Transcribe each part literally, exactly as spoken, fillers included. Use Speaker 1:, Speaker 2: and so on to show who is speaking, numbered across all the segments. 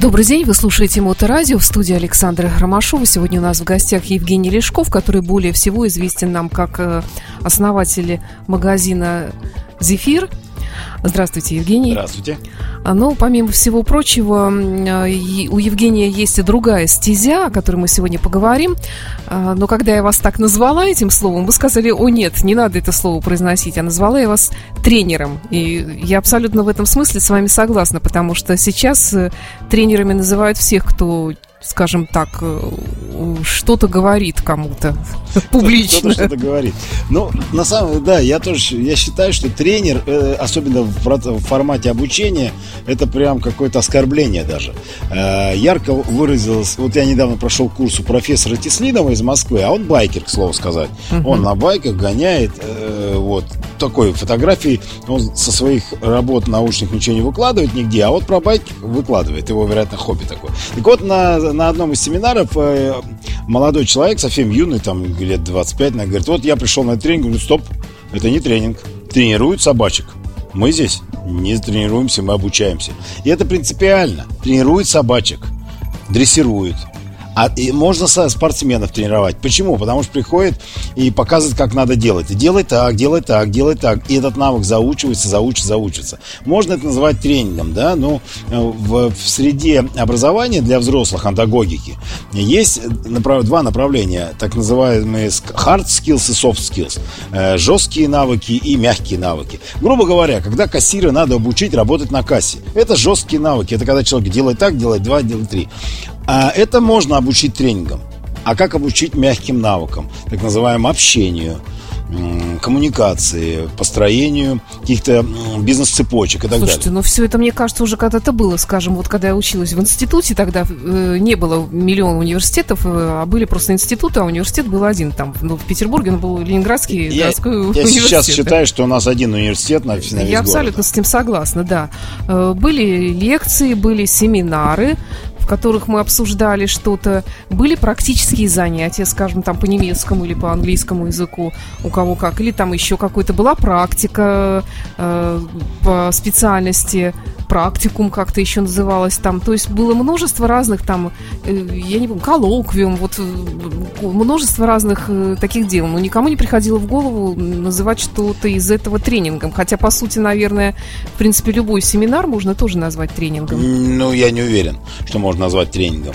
Speaker 1: Добрый день, вы слушаете Моторадио, в студии Александра Ромашова. Сегодня у нас в гостях Евгений Лешков, который более всего известен нам как основатель магазина «Зефир». Здравствуйте, Евгений.
Speaker 2: Здравствуйте.
Speaker 1: Ну, помимо всего прочего, у Евгения есть и другая стезя, о которой мы сегодня поговорим. Но когда я вас так назвала этим словом, вы сказали: о нет, не надо это слово произносить. А назвала я вас тренером. И я абсолютно в этом смысле с вами согласна, потому что сейчас тренерами называют всех, кто, скажем так, что-то говорит кому-то публично.
Speaker 2: Кто-то что-то говорит. Ну, на самом деле, да, я тоже, я считаю, что тренер, особенно в формате обучения, это прям какое-то оскорбление даже. Ярко выразилось, вот я недавно прошел курс у профессора Теслинова из Москвы, а он байкер, к слову сказать. Uh-huh. Он на байках гоняет, вот, такой фотографии, он со своих работ научных ничего не выкладывает нигде, а вот про байки выкладывает, его, вероятно, хобби такое. Так вот, на, на одном из семинаров молодой человек, совсем юный, там лет двадцать пять, наверное, говорит: вот я пришел на тренинг. Говорю: стоп, это не тренинг, тренируют собачек. Мы здесь не тренируемся, мы обучаемся. И это принципиально. Тренируют собачек, дрессируют. А и можно спортсменов тренировать. Почему? Потому что приходит и показывает, как надо делать. И делай так, делай так, делай так. И этот навык заучивается, заучивается, заучивается. Можно это называть тренингом, да? Но в, в среде образования для взрослых, антагогики, есть направ, два направления, так называемые hard skills и soft skills. Э, жесткие навыки и мягкие навыки. Грубо говоря, когда кассира надо обучить работать на кассе. Это жесткие навыки. Это когда человек делает так, делает два, делает три. А это можно обучить тренингом. А как обучить мягким навыкам, так называемому общению, коммуникации, построению каких-то бизнес-цепочек и так
Speaker 1: Слушайте,
Speaker 2: далее.
Speaker 1: ну все это, мне кажется, уже когда-то было. Скажем, вот когда я училась в институте, тогда э, не было миллиона университетов, э, а были просто институты, а университет был один. Там, ну, в Петербурге он был Ленинградский
Speaker 2: я,
Speaker 1: городской
Speaker 2: я
Speaker 1: университет. Я
Speaker 2: сейчас считаю, что у нас один университет на, на весь
Speaker 1: Я
Speaker 2: город.
Speaker 1: абсолютно с этим согласна, да. Э, были лекции, были семинары, в которых мы обсуждали что-то. Были практические занятия, скажем, там по немецкому или по английскому языку, у кого как. Или там еще какой-то была практика э, по специальности, практикум как-то еще называлось там. То есть было множество разных там, э, я не помню, коллоквиум, вот э, множество разных э, таких дел. Но никому не приходило в голову называть что-то из этого тренингом. Хотя, по сути, наверное, в принципе, любой семинар можно тоже назвать тренингом.
Speaker 2: Ну, я не уверен, что можно назвать тренингом.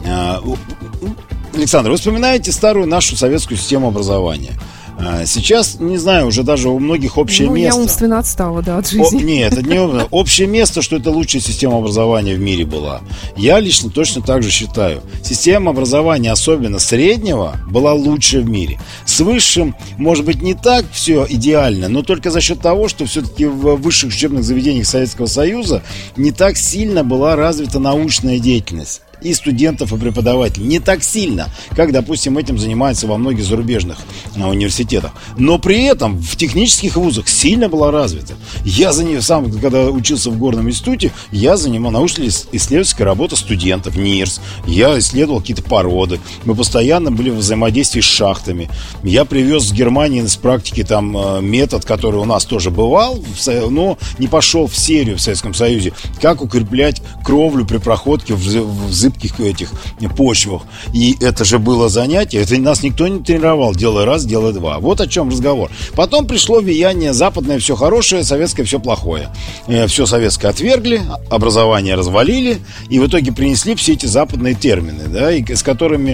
Speaker 2: Александр, вы вспоминаете старую нашу советскую систему образования. Сейчас, не знаю, уже даже у многих общее
Speaker 1: ну,
Speaker 2: место.
Speaker 1: Я умственно отстала, да, от жизни.
Speaker 2: О, нет, это не общее место, что это лучшая система образования в мире была. Я лично точно так же считаю. Система образования, особенно среднего, была лучшая в мире. С высшим, может быть, не так все идеально, но только за счет того, что все-таки в высших учебных заведениях Советского Союза не так сильно была развита научная деятельность. И студентов, и преподавателей. Не так сильно, как, допустим, этим занимаются во многих зарубежных а, университетах. Но при этом в технических вузах сильно была развита. Я за нее сам, когда учился в Горном институте, я занимал научно-исследовательская работа студентов, НИРС. Я исследовал какие-то породы. Мы постоянно были в взаимодействии с шахтами. Я привез с Германии с практики там метод, который у нас тоже бывал, но не пошел в серию в Советском Союзе. Как укреплять кровлю при проходке в, в зыбких этих почвах. И это же было занятие. Это нас никто не тренировал. Делай раз, делай два. Вот о чем разговор. Потом пришло влияние западное, все хорошее, советское все плохое. Все советское отвергли, образование развалили, и в итоге принесли все эти западные термины, да, и, с которыми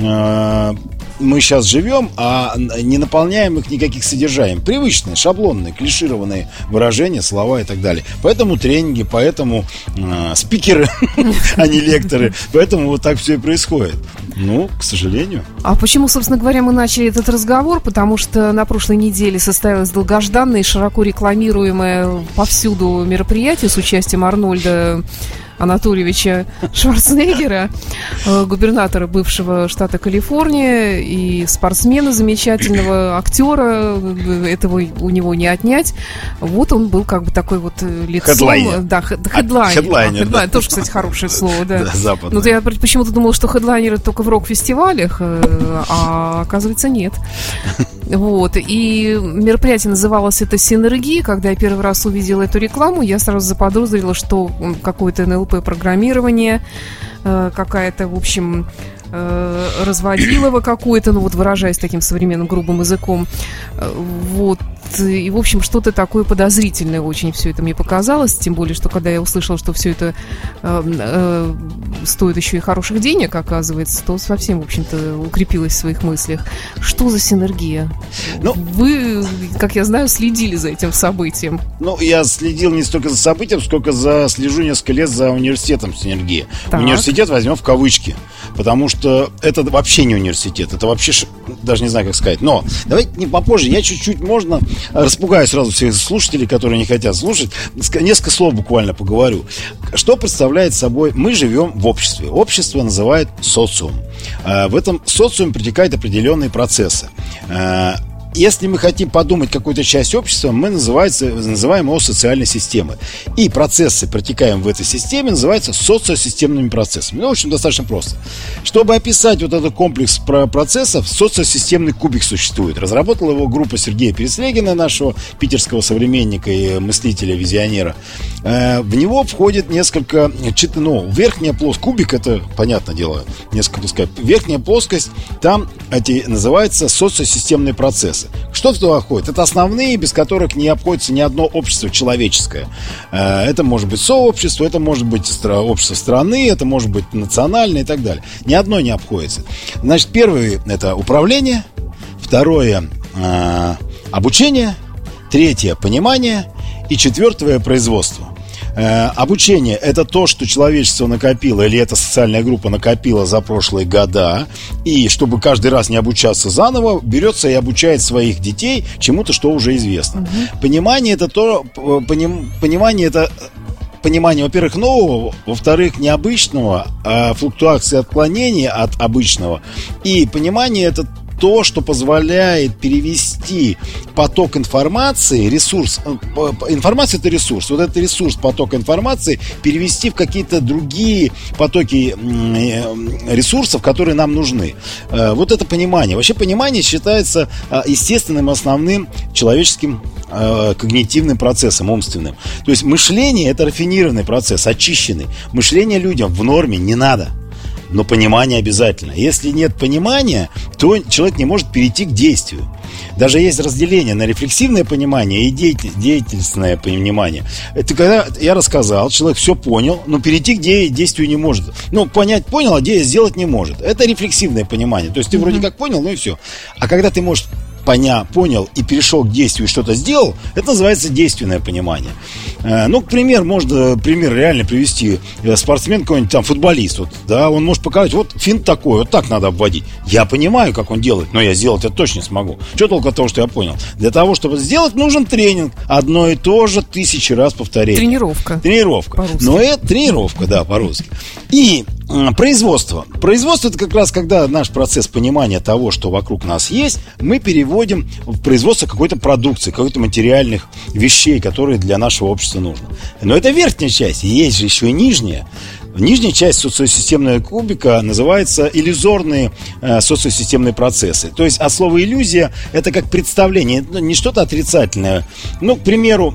Speaker 2: э, мы сейчас живем, а не наполняем их никаких содержанием. Привычные, шаблонные, клишированные выражения, слова и так далее. Поэтому тренинги, поэтому э, спикеры, а не лекторы. Поэтому вот так все и происходит. Ну, к сожалению.
Speaker 1: А почему, собственно говоря, мы начали этот разговор? Потому что на прошлой неделе состоялось долгожданное и широко рекламируемое повсюду мероприятие с участием Арнольда Анатольевича Шварценеггера, губернатора бывшего штата Калифорния, и спортсмена замечательного, актера, этого у него не отнять. Вот он был как бы такой вот лицом.
Speaker 2: Хедлайнер.
Speaker 1: Да, хедлайнер.
Speaker 2: Хедлайнер,
Speaker 1: а, хедлайнер.
Speaker 2: да.
Speaker 1: Тоже, кстати, хорошее слово, да.
Speaker 2: Да, западное.
Speaker 1: Ну, я почему-то думала, что хедлайнеры только в рок-фестивалях, а оказывается, нет. Вот. И мероприятие называлось это «Синергия». Когда я первый раз увидела эту рекламу, я сразу заподозрила, что какое-то эн эл пэ-программирование, какая-то, в общем, разводилово какое-то, ну вот выражаясь таким современным грубым языком. Вот. И, в общем, что-то такое подозрительное очень все это мне показалось. Тем более, что когда я услышала, что все это э, э, стоит еще и хороших денег, оказывается, то совсем, в общем-то, укрепилась в своих мыслях. Что за синергия? Ну, вы, как я знаю, следили за этим событием.
Speaker 2: Ну, я следил не столько за событием, сколько за слежу несколько лет за университетом «Синергия».
Speaker 1: Так.
Speaker 2: Университет возьмем в кавычки, потому что это вообще не университет, это вообще, даже не знаю, как сказать. Но давайте не попозже, я чуть-чуть, можно, распугаю сразу всех слушателей, которые не хотят слушать, несколько слов буквально поговорю. Что представляет собой? Мы живем в обществе. Общество называют социум. В этом социуме протекают определенные процессы. Если мы хотим подумать какую-то часть общества, мы называем его социальной системой. И процессы, протекаем в этой системе, называются социосистемными процессами. Ну, в общем, достаточно просто. Чтобы описать вот этот комплекс процессов, социосистемный кубик существует. Разработала его группа Сергея Переслегина, нашего питерского современника и мыслителя, визионера. В него входит несколько, ну, верхняя плоскость, кубик, это, понятное дело, несколько плоскостей. Верхняя плоскость, там эти называются социосистемные процессы. Что туда входит? Это основные, без которых не обходится ни одно общество человеческое. Это может быть сообщество, это может быть общество страны, это может быть национальное и так далее. Ни одно не обходится. Значит, первое – это управление, второе – обучение, третье – понимание и четвертое – производство. Э, обучение – это то, что человечество накопило, или эта социальная группа накопила за прошлые года, и чтобы каждый раз не обучаться заново, берется и обучает своих детей чему-то, что уже известно. Угу. Понимание – это то, поним, понимание – это понимание, во-первых, нового, во-вторых, необычного, э, флуктуации отклонения от обычного, и понимание – это то, что позволяет перевести поток информации, ресурс, информация – это ресурс, вот этот ресурс, поток информации перевести в какие-то другие потоки ресурсов, которые нам нужны. Вот это понимание. Вообще понимание считается естественным, основным человеческим когнитивным процессом, умственным. То есть мышление – это рафинированный процесс, очищенный. Мышление людям в норме не надо. Но понимание обязательно. Если нет понимания, то человек не может перейти к действию. Даже есть разделение на рефлексивное понимание и деятельное понимание. Это когда я рассказал, человек все понял, но перейти к действию не может. Ну, понять понял, а сделать не может. Это рефлексивное понимание. То есть ты mm-hmm. вроде как понял, ну и все. А когда ты можешь поня, понял и перешел к действию и что-то сделал, это называется действенное понимание. Э, ну, к примеру, можно пример реально привести. Спортсмен какой-нибудь, там, футболист, вот, да, он может показать, вот финт такой, вот так надо обводить. Я понимаю, как он делает, но я сделать это точно не смогу. Что толку от того, что я понял? Для того, чтобы сделать, нужен тренинг. Одно и то же тысячи раз повторение.
Speaker 1: Тренировка.
Speaker 2: Тренировка.
Speaker 1: По-русски.
Speaker 2: Но это тренировка, да, по-русски. И э, производство. Производство – это как раз когда наш процесс понимания того, что вокруг нас есть, мы переводим вводим в производство какой-то продукции, какой-то материальных вещей, которые для нашего общества нужны. Но это верхняя часть, есть же еще и нижняя. Нижняя часть социосистемного кубика называется иллюзорные э, социосистемные процессы. То есть от слова иллюзия это как представление, не что-то отрицательное. Ну, к примеру,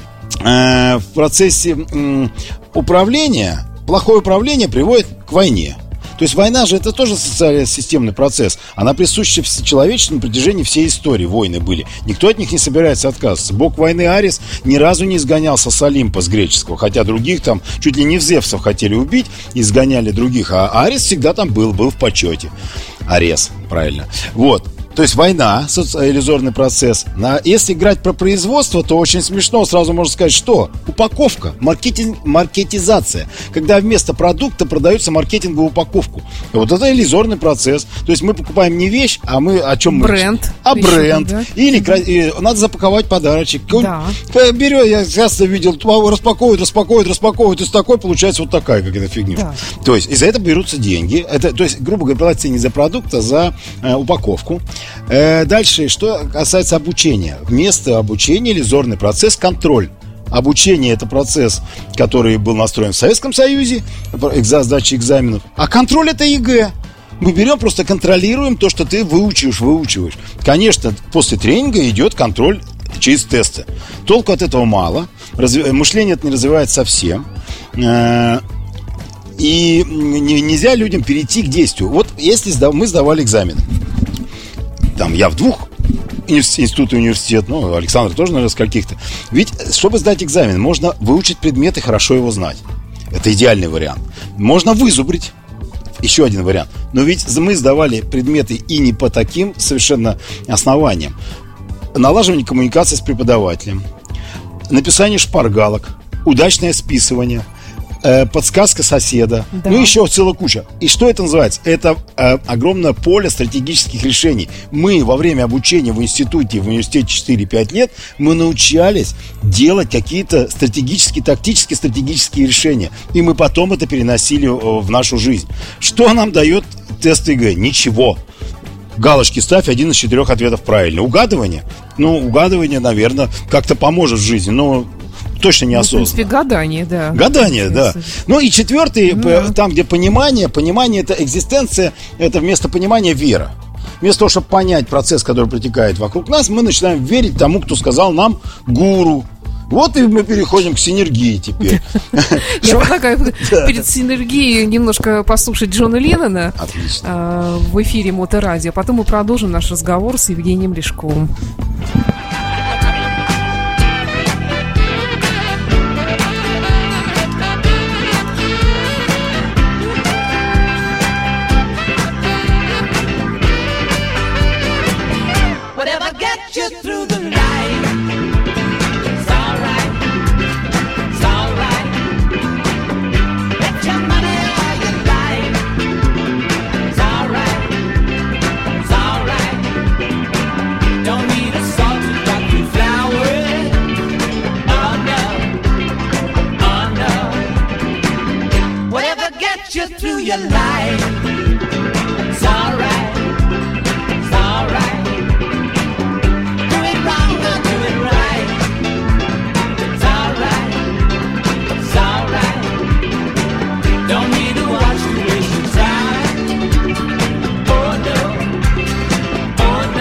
Speaker 2: э, в процессе э, управления, плохое управление приводит к войне. То есть война же это тоже социально-системный процесс. Она присуща человечеству на протяжении всей истории. Войны были. Никто от них не собирается отказываться. Бог войны Арес ни разу не изгонялся с Олимпа, с греческого. Хотя других там чуть ли не в Зевсов хотели убить, изгоняли других. А Арес всегда там был, был в почете. Арес, правильно. Вот. То есть война, иллюзорный процесс. На, если играть про производство, то очень смешно. Сразу можно сказать, что? Упаковка, маркетинг, маркетизация. Когда вместо продукта продается маркетинговую упаковку. И вот это иллюзорный процесс. То есть мы покупаем не вещь, а мы о чем
Speaker 1: бренд.
Speaker 2: мы... А бренд. Да? Или mm-hmm. надо запаковать подарочек. Да. Берет, я часто видел, распаковывают, распаковывают, распаковывают. Из такой получается вот такая какая-то фигня. Да. То есть из-за этого берутся деньги. Это, то есть, грубо говоря, платить не за продукт, а за э, упаковку. Дальше, что касается обучения. Вместо обучения иллюзорный процесс контроль. Обучение – это процесс, который был настроен в Советском Союзе, сдача экзаменов. А контроль – это ЕГЭ. Мы берем, просто контролируем то, что ты выучиваешь, выучиваешь. Конечно, после тренинга идет контроль через тесты. Толку от этого мало. Разв... Мышление это не развивает совсем. И нельзя людям перейти к действию. Вот если сдав... мы сдавали экзамены, там я в двух институт и университет, ну, Александр тоже, наверное, с каких-то. Ведь, чтобы сдать экзамен, можно выучить предмет и хорошо его знать. Это идеальный вариант. Можно вызубрить. Еще один вариант. Но ведь мы сдавали предметы и не по таким совершенно основаниям. Налаживание коммуникации с преподавателем, написание шпаргалок, удачное списывание, э, подсказка соседа, да. Ну еще целая куча. И что это называется? Это э, огромное поле стратегических решений. Мы во время обучения в институте, в университете четыре-пять лет, мы научались делать какие-то стратегические, тактические, стратегические решения. И мы потом это переносили в нашу жизнь. Что нам дает тест ЕГЭ? Ничего. Галочки ставь, один из четырех ответов правильно. Угадывание? Ну, угадывание, наверное, как-то поможет в жизни, но точно неосознанно. Ну, в принципе,
Speaker 1: гадание, да.
Speaker 2: Гадание, да. Ну и четвертый, mm-hmm. там, где понимание, понимание это экзистенция, это вместо понимания вера. Вместо того, чтобы понять процесс, который протекает вокруг нас, мы начинаем верить тому, кто сказал нам гуру. Вот и мы переходим к синергии теперь.
Speaker 1: Я предлагаю перед синергией немножко послушать Джона Леннона в эфире Моторадио. Потом мы продолжим наш разговор с Евгением Лешковым.
Speaker 3: Your life, it's alright, it's alright. Do it wrong or do it right. It's alright, it's alright. Don't need to watch you waste your time. Oh no, oh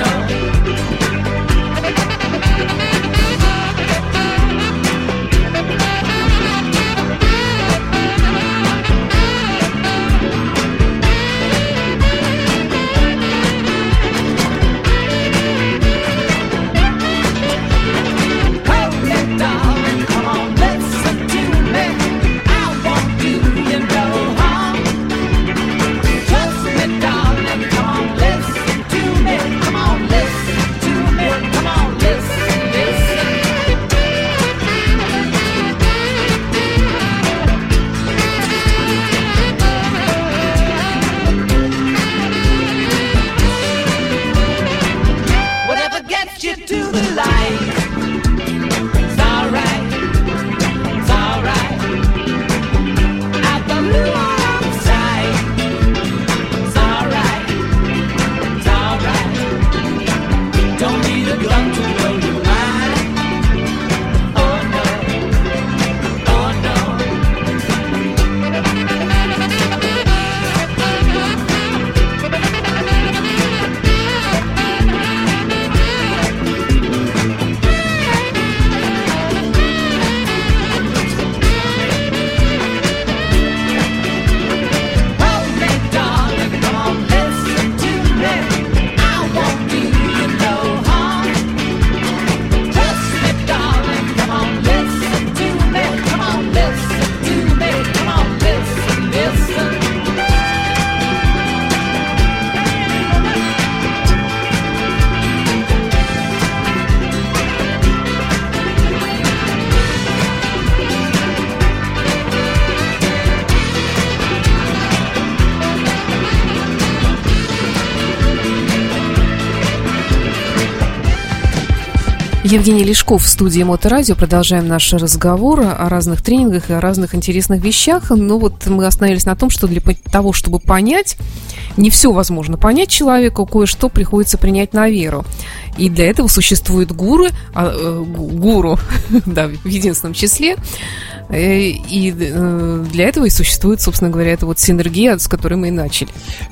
Speaker 1: Евгений Лешков в студии Моторадио. Продолжаем наш разговор о разных тренингах и о разных интересных вещах. Но вот мы остановились на том, что для того, чтобы понять, не все возможно понять человеку, кое-что приходится принять на веру. И для этого существуют гуру, а, э, гуру, да, в единственном числе. И для этого и существует, собственно говоря, эта вот синергия, с которой мы и начали.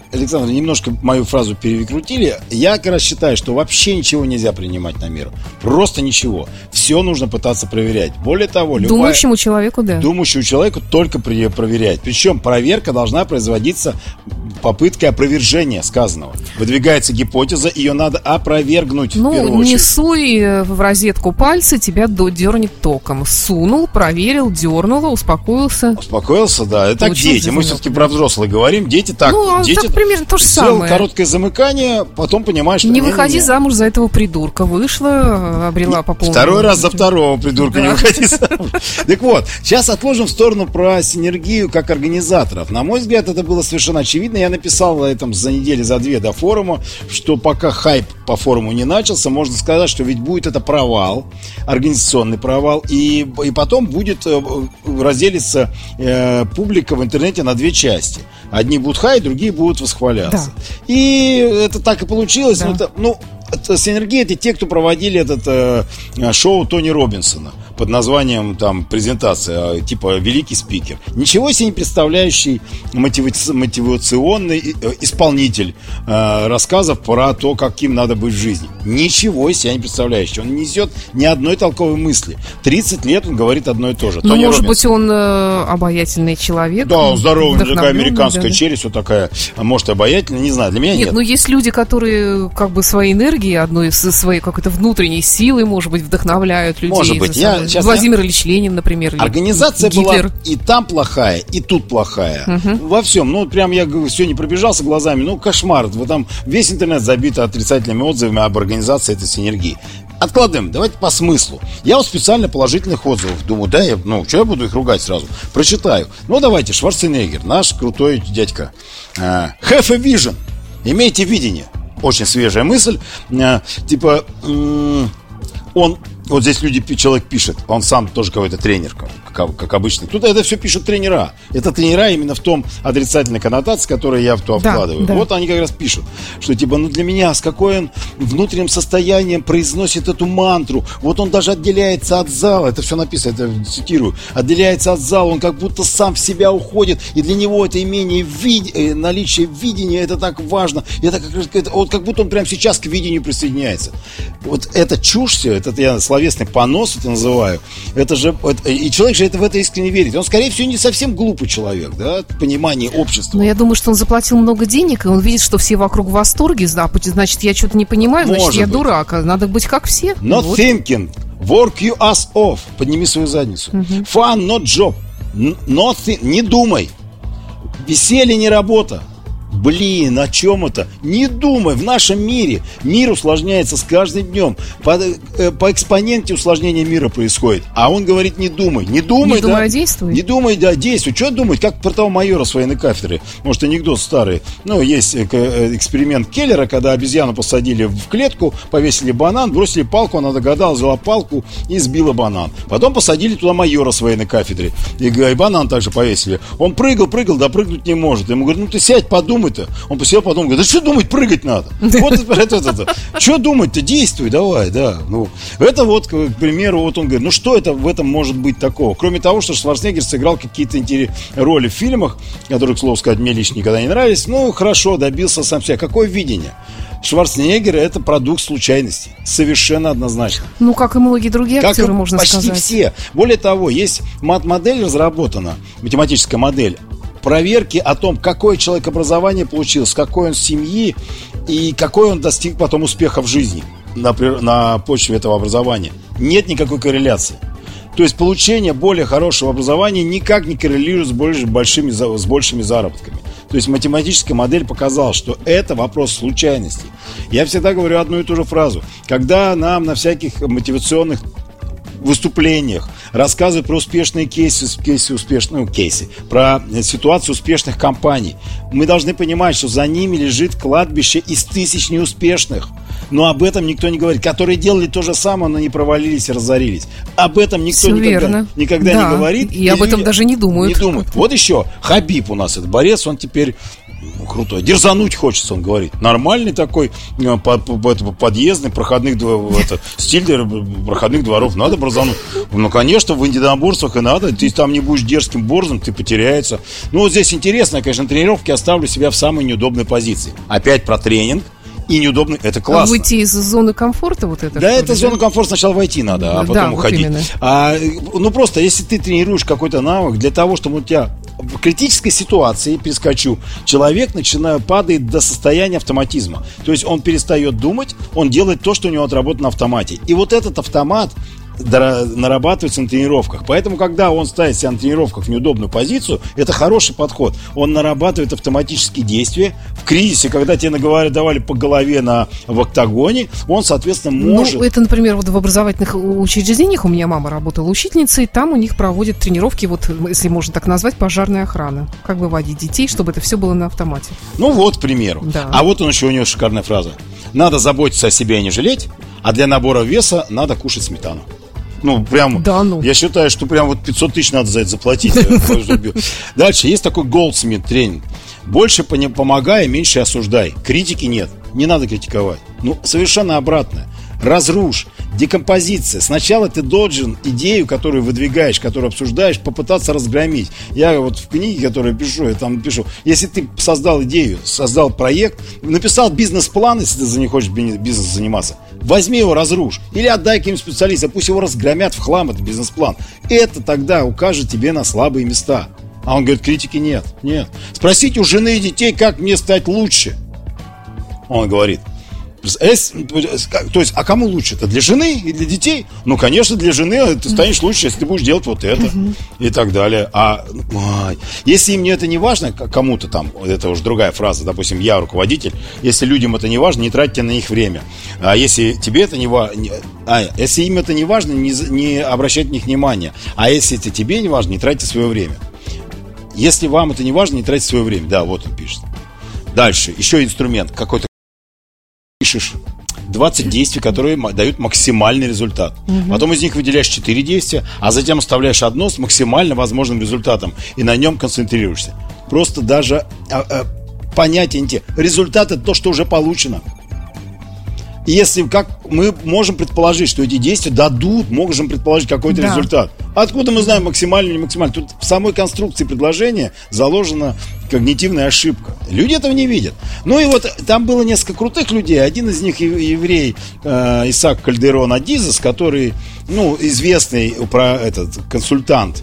Speaker 2: Александр, немножко мою фразу перекрутили. Я как раз считаю, что вообще ничего нельзя принимать на меру. Просто ничего. Все нужно пытаться проверять. Более того, любая...
Speaker 1: Думающему человеку, да.
Speaker 2: Думающему человеку только при- проверять. Причем проверка должна производиться попыткой опровержения сказанного. Выдвигается гипотеза, ее надо опровергнуть в первую
Speaker 1: Ну, не
Speaker 2: очередь.
Speaker 1: суй в розетку пальцы, тебя до- дернет током. Сунул, проверил, дернуло, успокоился.
Speaker 2: Успокоился, да. Это так
Speaker 1: Получил
Speaker 2: дети. Мы
Speaker 1: звонок,
Speaker 2: все-таки
Speaker 1: да.
Speaker 2: про взрослых говорим. Дети так.
Speaker 1: Ну, а
Speaker 2: дети
Speaker 1: так примерно то же
Speaker 2: сделал
Speaker 1: самое.
Speaker 2: короткое замыкание, потом понимаешь, что...
Speaker 1: Не
Speaker 2: не-не-не.
Speaker 1: выходи замуж за этого придурка. Вышла, обрела по полной.
Speaker 2: Второй раз за второго придурка не
Speaker 1: Да.
Speaker 2: выходи замуж. Так вот, сейчас отложим в сторону про синергию как организаторов. На мой взгляд, это было совершенно очевидно. Я написал на этом за неделю, за две до форума, что пока хайп по форуму не начался, можно сказать, что ведь будет это провал, организационный провал, и, и потом будет э, разделиться э, публика в интернете на две части. Одни будут хай, другие будут восхваляться.
Speaker 1: Да.
Speaker 2: И это так и получилось.
Speaker 1: Да.
Speaker 2: Ну, это, ну, это, синергия — это те, кто проводили этот э, шоу Тони Робинсона под названием там презентация, типа великий спикер. Ничего себе не представляющий мотиваци- мотивационный э, исполнитель э, рассказов про то, каким надо быть в жизни. Ничего себе не представляющий. Он не несет ни одной толковой мысли. тридцать лет он говорит одно и то же.
Speaker 1: Ну,
Speaker 2: Тони
Speaker 1: может
Speaker 2: Робинсон.
Speaker 1: быть, он э, обаятельный человек.
Speaker 2: Да, он здоровый, такая
Speaker 1: вдохновенный,
Speaker 2: американская
Speaker 1: да, да.
Speaker 2: челюсть, вот такая, а может, и обаятельная, не знаю, для меня нет.
Speaker 1: Нет, ну есть люди, которые как бы своей энергией, одной со своей какой-то внутренней силой, может быть, вдохновляют людей.
Speaker 2: Может быть.
Speaker 1: за
Speaker 2: Я
Speaker 1: собой.
Speaker 2: сейчас-
Speaker 1: Владимир Ильич Ленин, например. или
Speaker 2: Организация
Speaker 1: Гитлер.
Speaker 2: была и там плохая, и тут плохая. Во всем. Ну, прям я говорю, сегодня пробежался глазами. Ну, кошмар. Вот там весь интернет забит отрицательными отзывами об организации этой синергии. Откладываем. Давайте по смыслу. Я вот специально положительных отзывов. Думаю, да, я, ну, что я буду их ругать сразу? Прочитаю. Ну, давайте. Шварценеггер, наш крутой дядька. Uh, have a vision. Имейте видение. Очень свежая мысль. Uh, типа, м- он... Вот здесь люди, человек пишет, он сам тоже какой-то тренер, как, как обычно. Тут это все пишут тренера. Это тренера именно в том отрицательной коннотации, которую я в то
Speaker 1: Да,
Speaker 2: вкладываю.
Speaker 1: да.
Speaker 2: Вот они как раз пишут, что типа, ну для меня, с какой он внутренним состоянием произносит эту мантру. Вот он даже отделяется от зала, это все написано, это цитирую, отделяется от зала, он как будто сам в себя уходит, и для него это имение вид... э, наличие видения, это так важно. Это как, это, вот как будто он прямо сейчас к видению присоединяется. Вот это чушь все, это я словесный понос это называю. Это же, это, и человек же это в это искренне верит. Он, скорее всего, не совсем глупый человек, да, в понимании общества.
Speaker 1: Но я думаю, что он заплатил много денег, и он видит, что все вокруг в восторге. Да, значит, я что-то не понимаю, значит,
Speaker 2: Может
Speaker 1: я
Speaker 2: быть.
Speaker 1: дурак. А надо быть как все.
Speaker 2: Not
Speaker 1: Вот.
Speaker 2: thinking, work you ass off. Подними свою задницу. Fun, not job. N- Not thi- не думай. Веселье не работа. Блин, о чем это? Не думай, в нашем мире мир усложняется с каждым днем. По, э, по экспоненте усложнения мира происходит. А он говорит, не думай. Не думай,
Speaker 1: Не
Speaker 2: да?
Speaker 1: думай, а действуй.
Speaker 2: Не думай, да, действуй. Что думать, как про того майора с военной кафедры? Может, анекдот старый. Ну, есть э, к- э, эксперимент Келлера, когда обезьяну посадили в клетку, повесили банан, бросили палку, она догадалась, взяла палку и сбила банан. Потом посадили туда майора с военной кафедры. И, г- и банан также повесили. Он прыгал, прыгал, да прыгнуть не может. Ему говорят, ну ты сядь, подумай-то. Он посидел, подумал, говорит, да что думать, прыгать надо. Вот это, это, это. Что думать-то, действуй, давай, да. Ну, это вот, к примеру, вот он говорит, ну что это в этом может быть такого? Кроме того, что Шварценеггер сыграл какие-то интерес- роли в фильмах, которые, к слову сказать, мне лично никогда не нравились. Ну, хорошо, добился сам себя. Какое видение? Шварценеггер — это продукт случайности. Совершенно однозначно.
Speaker 1: Ну, как и многие другие
Speaker 2: Как
Speaker 1: актеры,
Speaker 2: и
Speaker 1: можно
Speaker 2: почти
Speaker 1: сказать.
Speaker 2: все. Более того, есть мат-модель разработана, математическая модель, проверки о том, какое человек образование получил, с какой он семьи и какой он достиг потом успеха в жизни на, при- на почве этого образования. Нет никакой корреляции. То есть получение более хорошего образования никак не коррелирует с, больш- большими, за- с большими заработками. То есть математическая модель показала, что это вопрос случайности. Я всегда говорю одну и ту же фразу. Когда нам на всяких мотивационных выступлениях рассказывают про успешные кейсы, кейсы успешные, ну, кейсы, про ситуацию успешных компаний. Мы должны понимать, что за ними лежит кладбище из тысяч неуспешных. Но об этом никто не говорит. Которые делали то же самое, но не провалились и разорились. Об этом никто
Speaker 1: Всё
Speaker 2: никогда,
Speaker 1: верно.
Speaker 2: никогда
Speaker 1: Да,
Speaker 2: не говорит.
Speaker 1: и об этом даже не думают.
Speaker 2: Не думают. Вот еще Хабиб у нас, это борец, он теперь ну, крутой. Дерзануть хочется, он говорит. Нормальный такой, э, по, по, по, подъездный, проходных, дво- это, стиль проходных дворов. Надо борзануть. Ну, конечно, в единоборствах и надо. Ты там не будешь дерзким борзым, ты потеряется. Ну, вот здесь интересно, конечно, на тренировке я ставлю себя в самой неудобной позиции. Опять про тренинг. И неудобно, это классно.
Speaker 1: Выйти из зоны комфорта вот это?
Speaker 2: Да,
Speaker 1: что
Speaker 2: это
Speaker 1: ли,
Speaker 2: зона комфорта, сначала войти надо, а
Speaker 1: Да,
Speaker 2: потом
Speaker 1: вот
Speaker 2: уходить.
Speaker 1: именно.
Speaker 2: А, ну, просто, если ты тренируешь какой-то навык, для того, чтобы у тебя в критической ситуации, перескочу, человек начинает, падает до состояния автоматизма. То есть он перестает думать, он делает то, что у него отработано на автомате. И вот этот автомат нарабатывается на тренировках. Поэтому, когда он ставит себя на тренировках в неудобную позицию, это хороший подход. Он нарабатывает автоматические действия. В кризисе, когда тебе наговорили, давали по голове на, в октагоне, он, соответственно, может...
Speaker 1: Ну, это, например, вот в образовательных учреждениях у меня мама работала учительницей, там у них проводят тренировки, вот, если можно так назвать, пожарная охрана. Как выводить детей, чтобы это все было на автомате.
Speaker 2: Ну, вот, к примеру.
Speaker 1: Да.
Speaker 2: А вот он еще, у него шикарная фраза. Надо заботиться о себе и не жалеть, а для набора веса надо кушать сметану. Ну, прям,
Speaker 1: да, ну.
Speaker 2: Я считаю, что прям вот пятьсот тысяч надо за это заплатить. Дальше, есть такой Голдсмит тренинг. Больше помогай, меньше осуждай. Критики нет, не надо критиковать. Ну, совершенно обратное. Разрушь, декомпозиция. Сначала ты должен идею, которую выдвигаешь, которую обсуждаешь, попытаться разгромить. Я вот в книге, которую пишу, я там пишу, если ты создал идею, создал проект, написал бизнес-план, если ты не хочешь бизнесом заниматься, возьми его, разрушь. Или отдай каким-нибудь специалистам, пусть его разгромят в хлам, этот бизнес-план. Это тогда укажет тебе на слабые места. А он говорит, критики нет, нет. Спросите у жены и детей, как мне стать лучше. Он говорит, то есть, а кому лучше? Это для жены и для детей? Ну, конечно, для жены ты станешь лучше, если ты будешь делать вот это и так далее. А ой, если им это не важно, кому-то там, это уже другая фраза, допустим, я руководитель, если людям это не важно, не тратьте на них время. А если тебе это не важно, а если им это не важно, не, не обращайте на них внимания. А если это тебе не важно, не тратьте свое время. Если вам это не важно, не тратьте свое время. Да, вот он пишет. Дальше, еще инструмент какой-то. Пишешь двадцать действий, которые дают максимальный результат. Угу. Потом из них выделяешь четыре действия, а затем оставляешь одно с максимально возможным результатом. И на нем концентрируешься. Просто даже а, а, понятие, результат — это то, что уже получено. И если как мы можем предположить, что эти действия дадут, можем предположить какой-то да. результат. Откуда мы знаем максимально или не максимально? Тут в самой конструкции предложения заложена когнитивная ошибка. Люди этого не видят. Ну и вот там было несколько крутых людей. Один из них еврей э, Исаак Кальдерон Адизес, который, ну, известный про этот консультант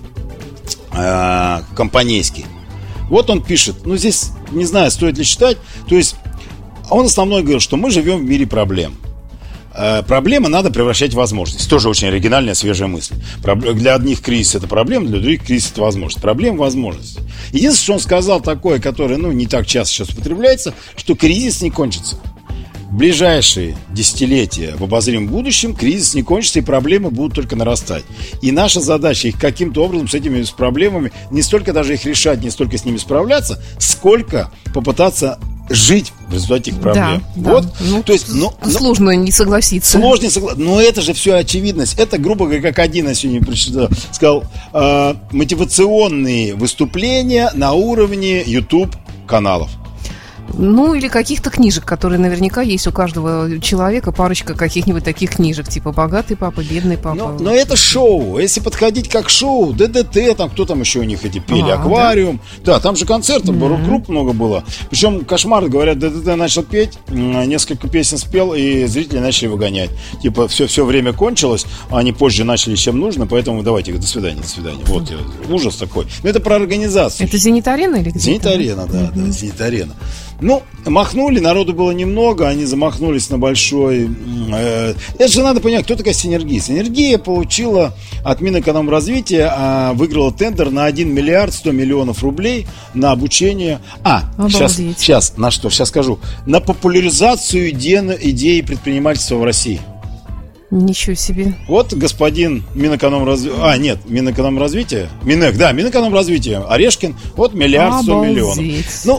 Speaker 2: э, компанейский. Вот он пишет, ну здесь не знаю, стоит ли читать. То есть он основной говорил, что мы живем в мире проблем. Э, проблемы надо превращать в возможность. Тоже очень оригинальная, свежая мысль. Проб... Для одних кризис это проблема, для других кризис это возможность. Проблема — возможность. Единственное, что он сказал такое, которое, ну, не так часто сейчас употребляется, что кризис не кончится. В ближайшие десятилетия в обозримом будущем кризис не кончится, и проблемы будут только нарастать. И наша задача их каким-то образом с этими с проблемами, не столько даже их решать, не столько с ними справляться, сколько попытаться жить в результате их проблем.
Speaker 1: Да,
Speaker 2: вот.
Speaker 1: Да. Ну,
Speaker 2: то есть, ну,
Speaker 1: сложно не согласиться.
Speaker 2: Сложно не согласиться. Но это же все очевидность. Это, грубо говоря, как один я сегодня прочитал, сказал, э, мотивационные выступления на уровне YouTube каналов.
Speaker 1: Ну, или каких-то книжек, которые наверняка есть у каждого человека, парочка каких-нибудь таких книжек, типа «Богатый папа», «Бедный папа».
Speaker 2: Но, но это шоу. Если подходить как шоу, ДДТ, там кто там еще у них эти пели, а, «Аквариум». Да? да, там же концертов, mm-hmm. групп много было. Причем кошмар, говорят, ДДТ начал петь, несколько песен спел, и зрители начали выгонять. Типа, все, все время кончилось, а они позже начали, чем нужно, поэтому давайте, до свидания, до свидания. Вот, mm-hmm. ужас такой. Но это про организацию.
Speaker 1: Это «Зенит-арена» или где-то?
Speaker 2: «Зенит-арена», да, mm-hmm. да, «Зенит-арена». Ну, махнули, народу было немного, они замахнулись на большой... Э, это же надо понять, кто такая Синергия. Синергия получила от Минэкономразвития, э, выиграла тендер на один миллиард сто миллионов рублей на обучение... А, сейчас, сейчас, на что, сейчас скажу. На популяризацию идеи, идеи предпринимательства в России.
Speaker 1: Ничего себе.
Speaker 2: Вот господин Минэкономразвития... А, нет, Минэкономразвития... Минэк, да, Минэкономразвития Орешкин. Вот миллиард сто миллионов. Ну,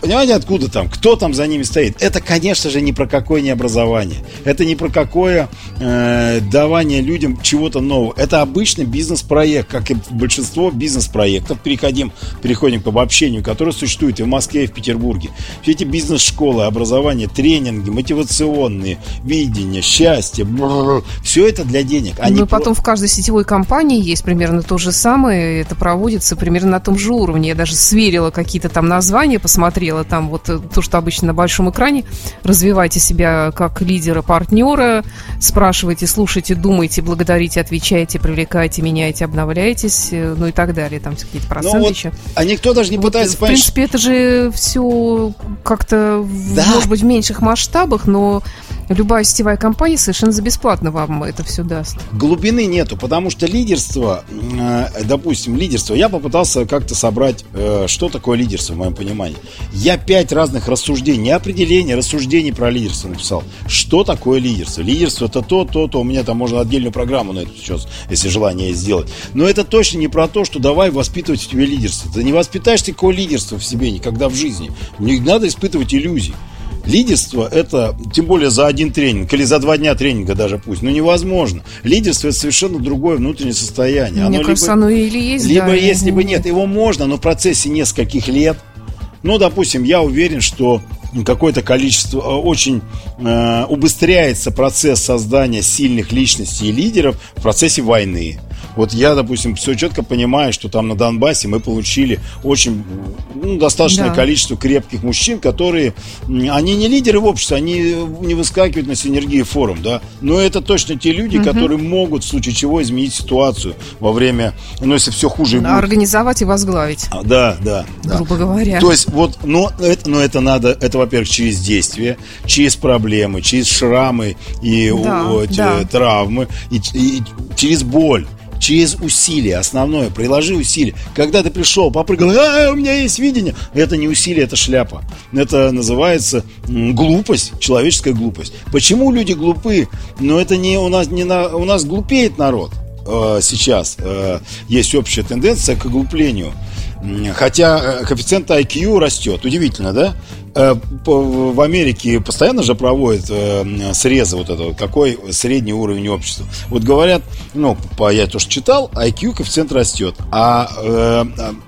Speaker 2: понимаете, откуда там, кто там за ними стоит? Это, конечно же, ни про какое не образование. Это ни про какое э, давание людям чего-то нового. Это обычный бизнес-проект, как и большинство бизнес-проектов. Переходим, переходим к обобщению, которое существует и в Москве, и в Петербурге. Все эти бизнес-школы, образование, тренинги, мотивационные, видение, счастье, бррр, все это для денег.
Speaker 1: Ну и потом про... в каждой сетевой компании есть примерно то же самое. Это проводится примерно на том же уровне. Я даже сверила какие-то там названия, посмотрела там вот то, что обычно на большом экране. Развивайте себя как лидера, партнера, спрашивайте, слушайте, думайте, благодарите, отвечайте, привлекайте, меняйте, обновляйтесь, ну и так далее. Там какие-то проценты
Speaker 2: вот,
Speaker 1: еще.
Speaker 2: А никто даже не вот, пытается
Speaker 1: понять. В принципе, это же все как-то, да. может быть, в меньших масштабах, но любая сетевая компания совершенно за бесплатно вам это все даст.
Speaker 2: Глубины нету, потому что лидерство, допустим, лидерство, я попытался как-то собрать, что такое лидерство, в моем понимании. Я пять разных рассуждений, не определений, рассуждений про лидерство написал. Что такое лидерство? Лидерство это то, то, то. У меня там можно отдельную программу на это сейчас, если желание есть сделать. Но это точно не про то, что давай воспитывать в тебе лидерство. Ты не воспитаешь такое лидерство в себе никогда в жизни. Не надо испытывать иллюзий. Лидерство это, тем более за один тренинг или за два дня тренинга даже пусть, ну невозможно. Лидерство это совершенно другое внутреннее состояние.
Speaker 1: Мне
Speaker 2: оно
Speaker 1: кажется,
Speaker 2: либо,
Speaker 1: оно или есть,
Speaker 2: либо
Speaker 1: да,
Speaker 2: есть, либо
Speaker 1: нет.
Speaker 2: нет. Его можно, но в процессе нескольких лет. Ну, допустим, я уверен, что какое-то количество, очень э, убыстряется процесс создания сильных личностей и лидеров в процессе войны. Вот я, допустим, все четко понимаю, что там на Донбассе мы получили очень ну, достаточное да. количество крепких мужчин, которые, они не лидеры в обществе, они не выскакивают на синергии форум, да, но это точно те люди, угу. которые могут в случае чего изменить ситуацию во время, ну, если все хуже будет.
Speaker 1: Организовать и возглавить.
Speaker 2: Да, да, да.
Speaker 1: Грубо говоря.
Speaker 2: То есть, вот, но это, но это надо, это, во-первых, через действия, через проблемы, через шрамы и да, о, да. травмы, и, и через боль. Через усилия, основное, приложи усилия. Когда ты пришел, попрыгал, а, у меня есть видение. Это не усилие, это шляпа. Это называется глупость, человеческая глупость. Почему люди глупы? Но это не у нас, не на, у нас глупеет народ э, сейчас. Э, есть общая тенденция к оглуплению. Хотя коэффициент ай кью растет. Удивительно, да? В Америке постоянно же проводят срезы вот этого, какой средний уровень общества. Вот говорят, ну, я тоже читал, ай кью коэффициент растет, а э,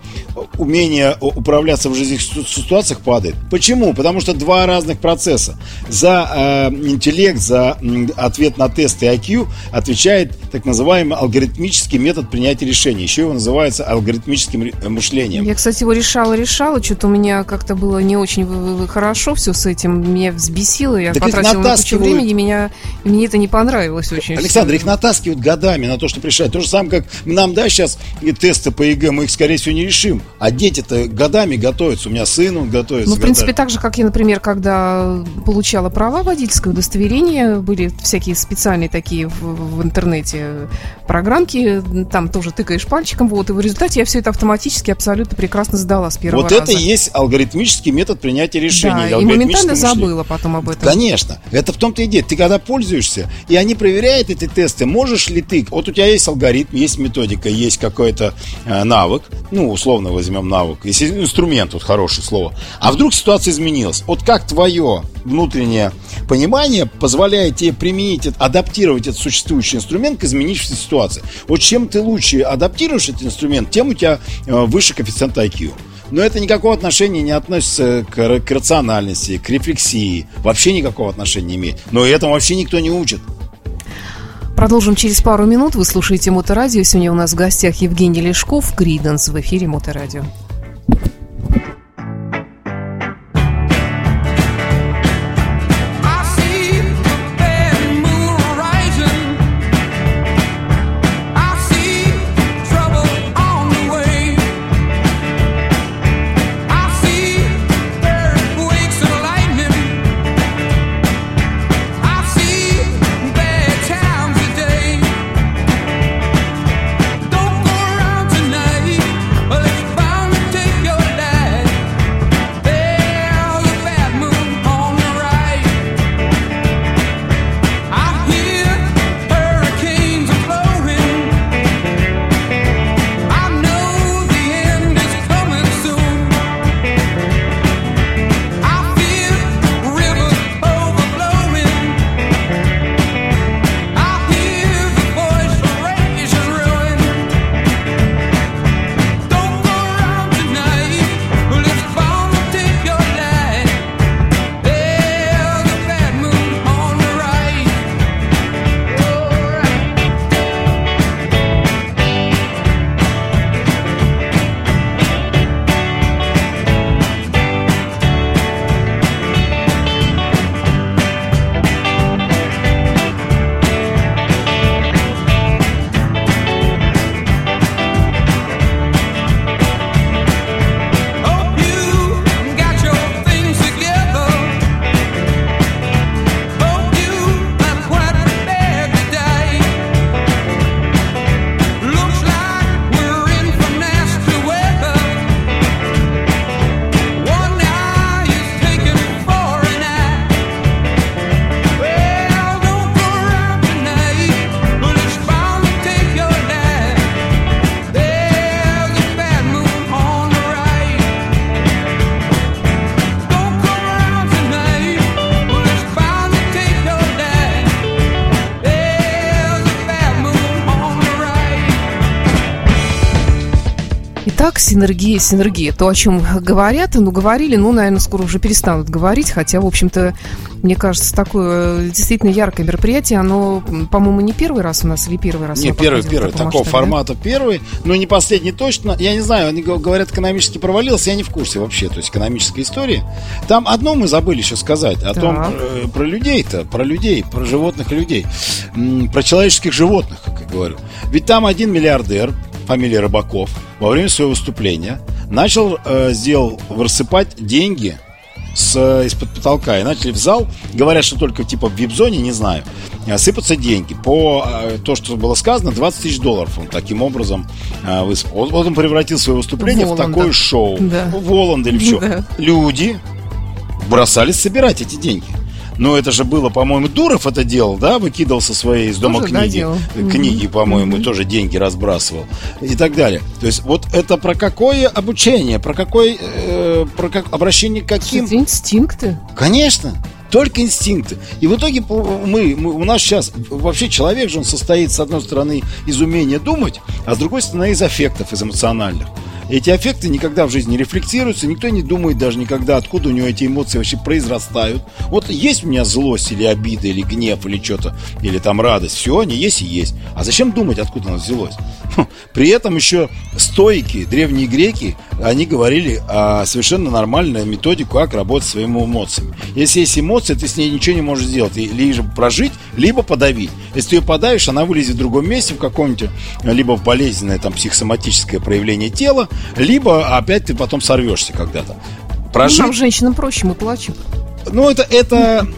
Speaker 2: умение управляться в жизненных ситуациях падает. Почему? Потому что два разных процесса. За э, интеллект, за ответ на тесты ай кью отвечает так называемый алгоритмический метод принятия решений. Еще его называется алгоритмическим мышлением.
Speaker 1: Я, кстати, его решала-решала, что-то у меня как-то было не очень хорошо все с этим, меня взбесило, я так потратила на кучу времени, меня, мне это не понравилось очень.
Speaker 2: Александр, их натаскивают годами на то, чтобы решать. То же самое, как нам, да, сейчас тесты по ЕГЭ, мы их, скорее всего, не решим. А дети-то годами готовятся. У меня сын, он готовится.
Speaker 1: Ну, в принципе, годами. Так же, как я, например, когда получала права водительское удостоверение, были всякие специальные такие в, в интернете программки, там тоже тыкаешь пальчиком, вот, и в результате я все это автоматически абсолютно прекрасно сдала с первого
Speaker 2: вот
Speaker 1: раза.
Speaker 2: Вот это и есть алгоритмический метод принятия решений.
Speaker 1: Да, и моментально забыла потом об этом.
Speaker 2: Конечно, это в том-то и дело. Ты когда пользуешься, и они проверяют эти тесты, можешь ли ты, вот у тебя есть алгоритм, есть методика, есть какой-то э, навык, ну, условно возьмем навык, если инструмент, вот хорошее слово, а вдруг ситуация изменилась. Вот как твое внутреннее понимание позволяет тебе применить, адаптировать этот существующий инструмент к изменившейся ситуации. Вот чем ты лучше адаптируешь этот инструмент, тем у тебя э, выше коэффициент ай кью. Но это никакого отношения не относится к, к рациональности, к рефлексии. Вообще никакого отношения не имеет. Но этому вообще никто не учит.
Speaker 1: Продолжим через пару минут. Вы слушаете Моторадио. Сегодня у нас в гостях Евгений Лешков, Криденс, в эфире Моторадио.
Speaker 4: Don't go around tonight. Let's find
Speaker 1: так, синергия, синергия. То, о чем говорят, ну, говорили, ну, наверное, скоро уже перестанут говорить, хотя, в общем-то, мне кажется, такое действительно яркое мероприятие, оно, по-моему, не первый раз у нас или первый раз?
Speaker 2: Не, первый, первый, такого
Speaker 1: масштабе,
Speaker 2: формата
Speaker 1: да?
Speaker 2: первый, но не последний точно. Я не знаю, они говорят, экономически провалился, я не в курсе вообще, то есть экономической истории. Там одно мы забыли еще сказать, о
Speaker 1: Так.
Speaker 2: том, э, про людей-то, про людей, про животных и людей, м, про человеческих животных, как я говорю. Ведь там один миллиардер, фамилия Рыбаков, во время своего выступления начал, э, сделал рассыпать деньги с, из-под потолка. И начали в зал, говорят, что только типа в вип-зоне, не знаю, сыпаться деньги. По э, то, что было сказано, двадцать тысяч долларов он таким образом э, высыпал. Вот, вот он превратил свое выступление
Speaker 1: Воланда.
Speaker 2: в такое шоу.
Speaker 1: Да.
Speaker 2: Воланда или все.
Speaker 1: Да.
Speaker 2: Люди бросались собирать эти деньги. Но это же было, по-моему, Дуров это делал, да, выкидывал со своей из дома
Speaker 1: Тоже, да,
Speaker 2: книги,
Speaker 1: делал.
Speaker 2: книги, по-моему,
Speaker 1: Мгм.
Speaker 2: тоже деньги разбрасывал и так далее. То есть вот это про какое обучение, про какое, э, про как обращение к каким?
Speaker 1: Это инстинкты.
Speaker 2: Конечно, только инстинкты. И в итоге мы, мы, у нас сейчас вообще человек же, он состоит, с одной стороны, из умения думать, а с другой стороны, из аффектов, из эмоциональных. Эти аффекты никогда в жизни не рефлексируются, никто не думает даже никогда, откуда у него эти эмоции вообще произрастают. Вот есть у меня злость или обида, или гнев, или что-то, или там радость, все, они есть и есть. А зачем думать, откуда оно взялось? При этом еще стоики, древние греки, они говорили о совершенно нормальной методике, как работать с своими эмоциями. Если есть эмоция, ты с ней ничего не можешь сделать. И либо прожить, либо подавить. Если ты ее подавишь, она вылезет в другом месте, в каком-нибудь, либо в болезненное там, психосоматическое проявление тела, либо опять ты потом сорвешься когда-то. Прожить...
Speaker 1: Ну, нам, женщинам, проще, мы плачем.
Speaker 2: Ну, это... это...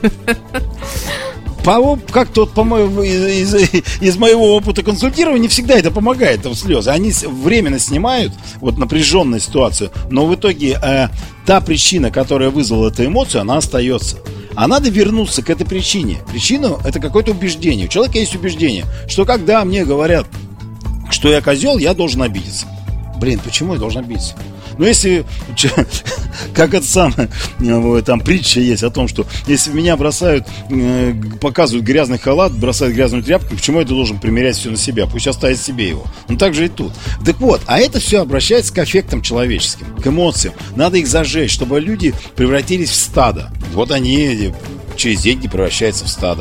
Speaker 2: По, как тот, по-моему, из, из, из моего опыта консультирования, не всегда это помогает, там, слезы. Они временно снимают вот напряженную ситуацию, но в итоге э, та причина, которая вызвала эту эмоцию, она остается. А надо вернуться к этой причине. Причина – это какое-то убеждение. У человека есть убеждение, что когда мне говорят, что я козел, я должен обидеться. Блин, почему я должен обидеться? Ну, если, как это самое, там притча есть о том, что если в меня бросают, показывают грязный халат, бросают грязную тряпку, почему я должен примерять все на себя? Пусть оставит себе его. Ну, так же и тут. Так вот, а это все обращается к аффектам человеческим, к эмоциям. Надо их зажечь, чтобы люди превратились в стадо. Вот они через деньги превращаются в стадо.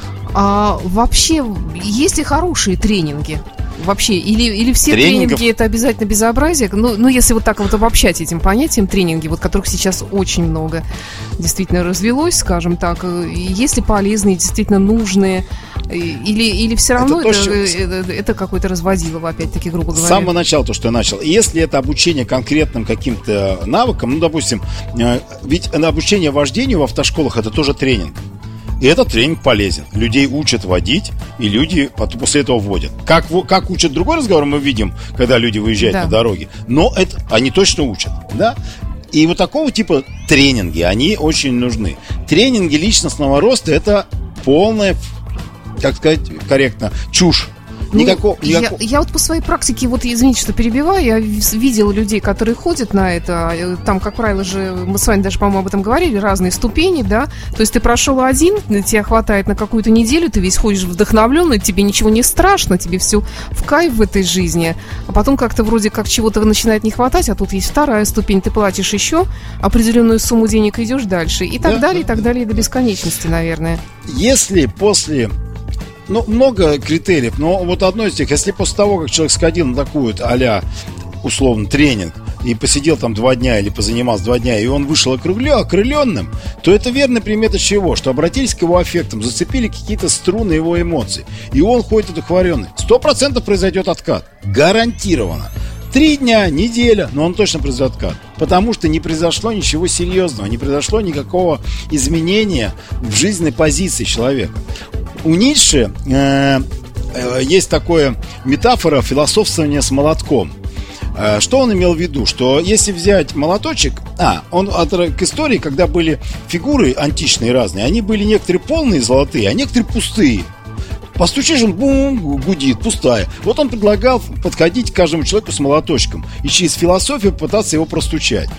Speaker 1: А вообще, есть ли хорошие тренинги? Вообще, или, или все
Speaker 2: Тренингов...
Speaker 1: тренинги это обязательно безобразие? Ну, ну, если вот так вот обобщать этим понятием, тренинги, вот которых сейчас очень много действительно развелось, скажем так, есть ли полезные, действительно нужные, или, или все равно это, это, то, это, это какое-то разводилово, опять-таки, грубо говоря?
Speaker 2: С самого начала то, что я начал. Если это обучение конкретным каким-то навыкам, ну, допустим, ведь обучение вождению в автошколах это тоже тренинг. И этот тренинг полезен. Людей учат водить, и люди потом после этого водят. Как, как учат другой разговор, мы видим, когда люди выезжают да. на дороге. Но это они точно учат, да? И вот такого типа тренинги, они очень нужны. Тренинги личностного роста – это полная, как сказать корректно, чушь. Никакого,
Speaker 1: ну,
Speaker 2: никакого...
Speaker 1: Я, я вот по своей практике, вот извините, что перебиваю, я видела людей, которые ходят на это. Там, как правило же, мы с вами даже, по-моему, об этом говорили, разные ступени, да. То есть ты прошел один, тебя хватает на какую-то неделю, ты весь ходишь вдохновленный, тебе ничего не страшно, тебе все в кайф в этой жизни. А потом как-то вроде как чего-то начинает не хватать, а тут есть вторая ступень, ты платишь еще определенную сумму денег, идешь дальше. И так да, далее, да, и так далее, до бесконечности, наверное.
Speaker 2: Если после... Ну, много критериев, но вот одно из них, если после того, как человек сходил на такую а-ля, условно, тренинг, и посидел там два дня или позанимался два дня, и он вышел окрыленным, то это верная примета чего? Что обратились к его аффектам, зацепили какие-то струны его эмоций, и он ходит одухотворенный. Сто процентов произойдет откат. Гарантированно. Три дня, неделя, но он точно произойдет откат. Потому что не произошло ничего серьезного, не произошло никакого изменения в жизненной позиции человека. У Ницше э, э, есть такая метафора философствования с молотком. Э, что он имел в виду? Что если взять молоточек... А, он от, к истории, когда были фигуры античные разные, они были некоторые полные золотые, а некоторые пустые. Постучишь, он бум, гудит, пустая. Вот он предлагал подходить к каждому человеку с молоточком и через философию пытаться его простучать.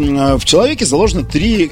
Speaker 2: В человеке заложено три,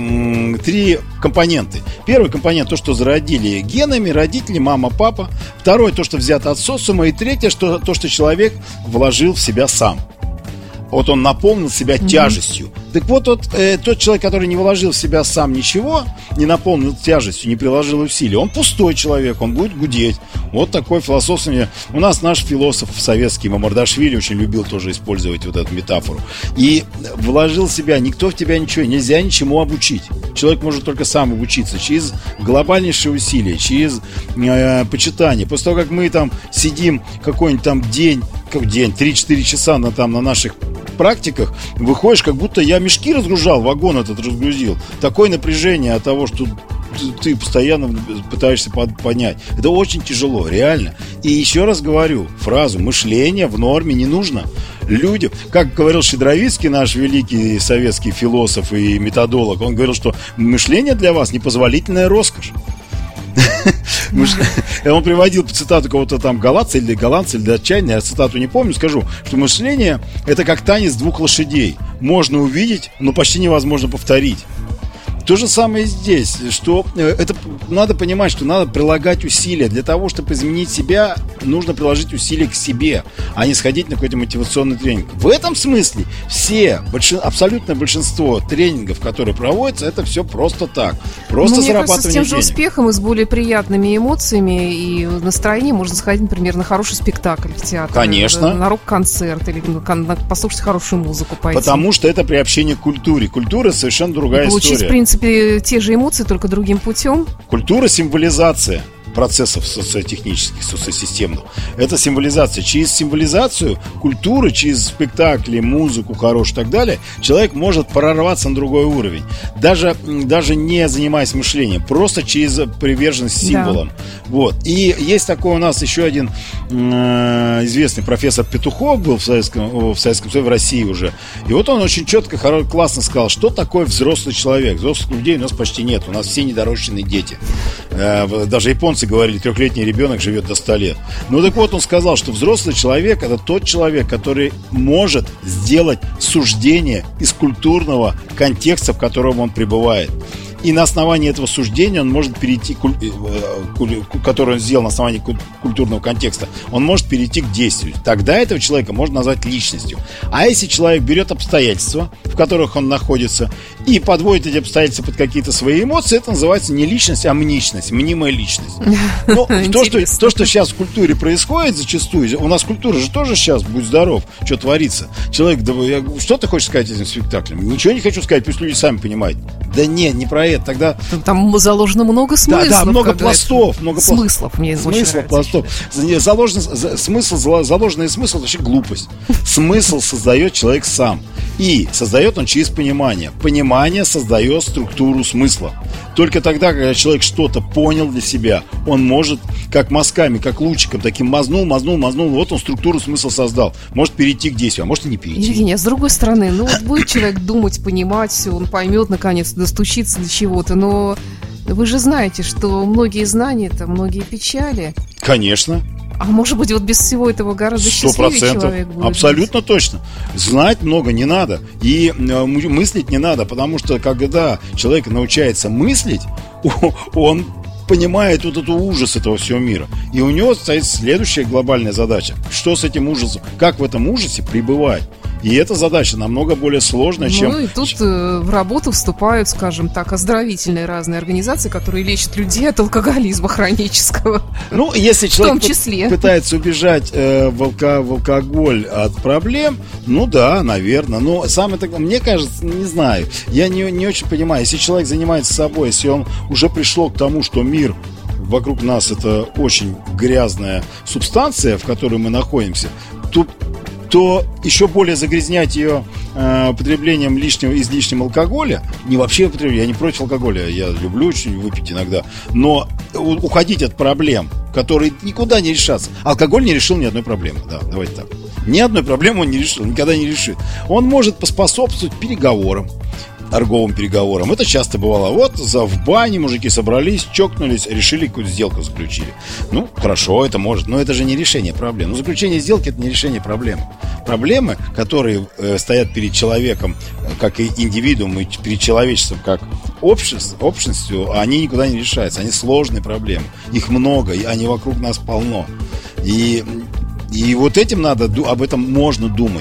Speaker 2: три компоненты. Первый компонент – то, что зародили генами, родители, мама, папа. Второй – то, что взято от социума. И третье – что, то, что человек вложил в себя сам. Вот он наполнил себя mm-hmm. тяжестью. Так вот, вот э, тот человек, который не вложил в себя сам ничего, не наполнил тяжестью, не приложил усилий, он пустой человек, он будет гудеть. Вот такой философия. У нас наш философ советский Мамардашвили очень любил тоже использовать вот эту метафору. И вложил в себя, никто в тебя ничего, нельзя ничему обучить. Человек может только сам обучиться через глобальнейшие усилия, через э, почитание. После того, как мы там сидим какой-нибудь там день, как день, три-четыре часа на, там, на наших практиках, выходишь, как будто я мешки разгружал, вагон этот разгрузил. Такое напряжение от того, что ты постоянно пытаешься поднять. Это очень тяжело, реально. И еще раз говорю фразу: мышление в норме не нужно. Людям, как говорил Щедровицкий, наш великий советский философ и методолог, он говорил, что мышление для вас непозволительная роскошь. Он приводил цитату кого-то там голландца или голландца, или датчанина, я цитату не помню, скажу, что мышление — это как танец двух лошадей. Можно увидеть, но почти невозможно повторить. То же самое здесь, что это надо понимать, что надо прилагать усилия. Для того, чтобы изменить себя, нужно приложить усилия к себе, а не сходить на какой-то мотивационный тренинг. В этом смысле все, большин, абсолютное большинство тренингов, которые проводятся, это все просто так. Просто
Speaker 1: зарабатывание денег. Мне кажется, с тем
Speaker 2: денег.
Speaker 1: же успехом и с более приятными эмоциями и настроением можно сходить, например, на хороший спектакль в театр.
Speaker 2: Конечно.
Speaker 1: На рок-концерт или на, послушать хорошую музыку пойти.
Speaker 2: Потому что это приобщение к культуре. Культура совершенно другая
Speaker 1: Получить,
Speaker 2: история.
Speaker 1: в принципе, те же эмоции, только другим путем.
Speaker 2: Культура — символизация процессов социотехнических, социосистемных. Это символизация. Через символизацию культуры, через спектакли, музыку хорошую и так далее, человек может прорваться на другой уровень. Даже, даже не занимаясь мышлением, просто через приверженность символам. Да. Вот. И есть такой у нас еще один э, известный профессор Петухов был в Советском, в Советском Союзе, в России уже. И вот он очень четко, классно сказал, что такое взрослый человек. Взрослых людей у нас почти нет. У нас все недорощенные дети. Э, даже японцы говорили, трехлетний ребенок живет до ста лет. Ну так вот, он сказал, что взрослый человек — это тот человек, который может сделать суждение из культурного контекста, в котором он пребывает. И на основании этого суждения он может перейти, которое он сделал на основании культурного контекста, он может перейти к действию. Тогда этого человека можно назвать личностью. А если человек берет обстоятельства, в которых он находится, и подводит эти обстоятельства под какие-то свои эмоции, это называется не личность, а мничность, мнимая личность. Но то что, то, что сейчас в культуре происходит зачастую, у нас культура же тоже сейчас, будь здоров, что творится. Человек, да, я, что ты хочешь сказать этим спектаклем? Ничего не хочу сказать, пусть люди сами понимают. Да нет, не про это. Тогда...
Speaker 1: Там заложено много смыслов.
Speaker 2: Да, да, много пластов. Много
Speaker 1: смыслов, мне очень нравится.
Speaker 2: Смыслов, пластов. Заложен, смысл, заложенный смысл — это вообще глупость. Смысл создает человек сам. И создает он через понимание. Понимание создает структуру смысла. Только тогда, когда человек что-то понял для себя, он может, как мазками, как лучиком, таким мазнул, мазнул, мазнул, вот он структуру смысла создал. Может перейти к действию, а может и не перейти.
Speaker 1: Евгений, а с другой стороны, ну вот будет человек думать, понимать все, он поймет, наконец, достучиться до чего-то, но вы же знаете, что многие знания — это многие печали.
Speaker 2: Конечно.
Speaker 1: А может быть, вот без всего этого гораздо счастливее человек будет?
Speaker 2: Абсолютно точно. Знать много не надо. И э, мыслить не надо. Потому что когда человек научается мыслить, он понимает вот эту ужас этого всего мира. И у него стоит следующая глобальная задача. Что с этим ужасом? Как в этом ужасе пребывать? И эта задача намного более сложная,
Speaker 1: ну,
Speaker 2: чем...
Speaker 1: Ну и тут э, в работу вступают, скажем так, оздоровительные разные организации, которые лечат людей от алкоголизма хронического.
Speaker 2: Ну, если человек
Speaker 1: в том числе.
Speaker 2: пытается убежать э, в, алко- в алкоголь от проблем, ну да, наверное. Но самое такое, мне кажется, не знаю, я не, не очень понимаю, если человек занимается собой, если он уже пришел к тому, что мир вокруг нас — это очень грязная субстанция, в которой мы находимся, то то еще более загрязнять ее э, употреблением лишнего, излишнего алкоголя, не вообще употребление, я не против алкоголя, я люблю очень выпить иногда, но уходить от проблем, которые никуда не решатся. Алкоголь не решил ни одной проблемы, да, давайте так. Ни одной проблемы он не решил, никогда не решит. Он может поспособствовать переговорам, торговым переговорам. Это часто бывало. Вот за, в бане мужики собрались, чокнулись, решили какую-то сделку заключили. Ну, хорошо, это может, но это же не решение проблем. Но заключение сделки — это не решение проблем. Проблемы, которые э, стоят перед человеком, э, как и индивидуум, и перед человечеством, как общество, общностью, они никуда не решаются. Они сложные проблемы. Их много, и они вокруг нас полно. И И вот этим надо, об этом можно думать.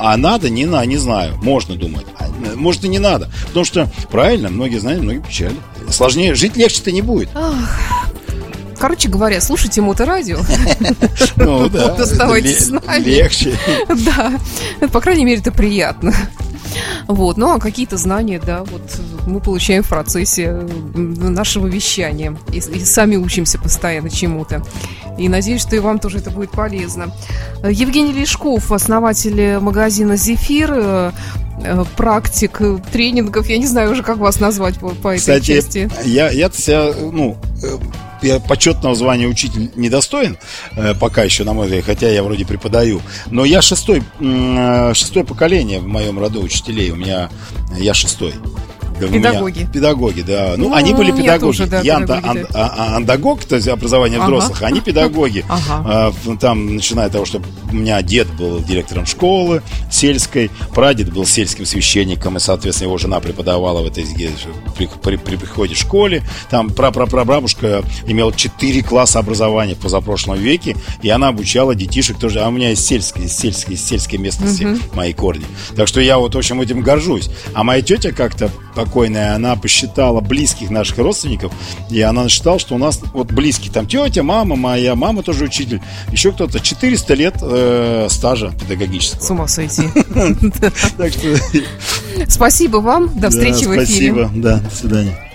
Speaker 2: а надо, не на, не знаю, можно думать. А, может и не надо. Потому что, правильно, многие знают, многие печали. Сложнее, жить легче-то не будет.
Speaker 1: Короче говоря, слушайте Моторадио.
Speaker 2: Ну да,
Speaker 1: оставайтесь с нами.
Speaker 2: Легче.
Speaker 1: Да, по крайней мере, это приятно. Вот, ну а какие-то знания, да, вот мы получаем в процессе нашего вещания. И, и сами учимся постоянно чему-то. И надеюсь, что и вам тоже это будет полезно. Евгений Лешков, основатель магазина «Зефир», практик тренингов, я не знаю уже, как вас назвать по, по
Speaker 2: Кстати,
Speaker 1: этой части.
Speaker 2: Я, я себя, ну, я почетного звания учитель недостоин, э, пока еще, на мой взгляд, хотя я вроде преподаю. Но я шестой, э, шестое поколение в моем роду учителей. У меня я шестой.
Speaker 1: Педагоги.
Speaker 2: Меня, педагоги, да. Ну,
Speaker 1: ну
Speaker 2: они были педагоги.
Speaker 1: Тоже, да,
Speaker 2: я
Speaker 1: педагоги,
Speaker 2: ан,
Speaker 1: да.
Speaker 2: ан, ан, андагог, то есть образование
Speaker 1: ага.
Speaker 2: взрослых, они педагоги.
Speaker 1: Ага.
Speaker 2: Там, начиная от того, что у меня дед был директором школы сельской, прадед был сельским священником, и, соответственно, его жена преподавала в этой при, при, при приходе в школе. Там прапрапрабабушка имела четыре класса образования в позапрошлом веке, и она обучала детишек тоже. А у меня из сельской, из сельской, из сельской местности uh-huh. мои корни. Так что я вот, в общем, этим горжусь. А моя тетя как-то покойная, она посчитала близких наших родственников, и она насчитала, что у нас вот близкие, там тетя, мама, моя мама тоже учитель, еще кто-то, четыреста лет э, стажа педагогического.
Speaker 1: С ума сойти.
Speaker 2: Так что...
Speaker 1: Спасибо вам, до встречи в эфире.
Speaker 2: Спасибо, да, до свидания.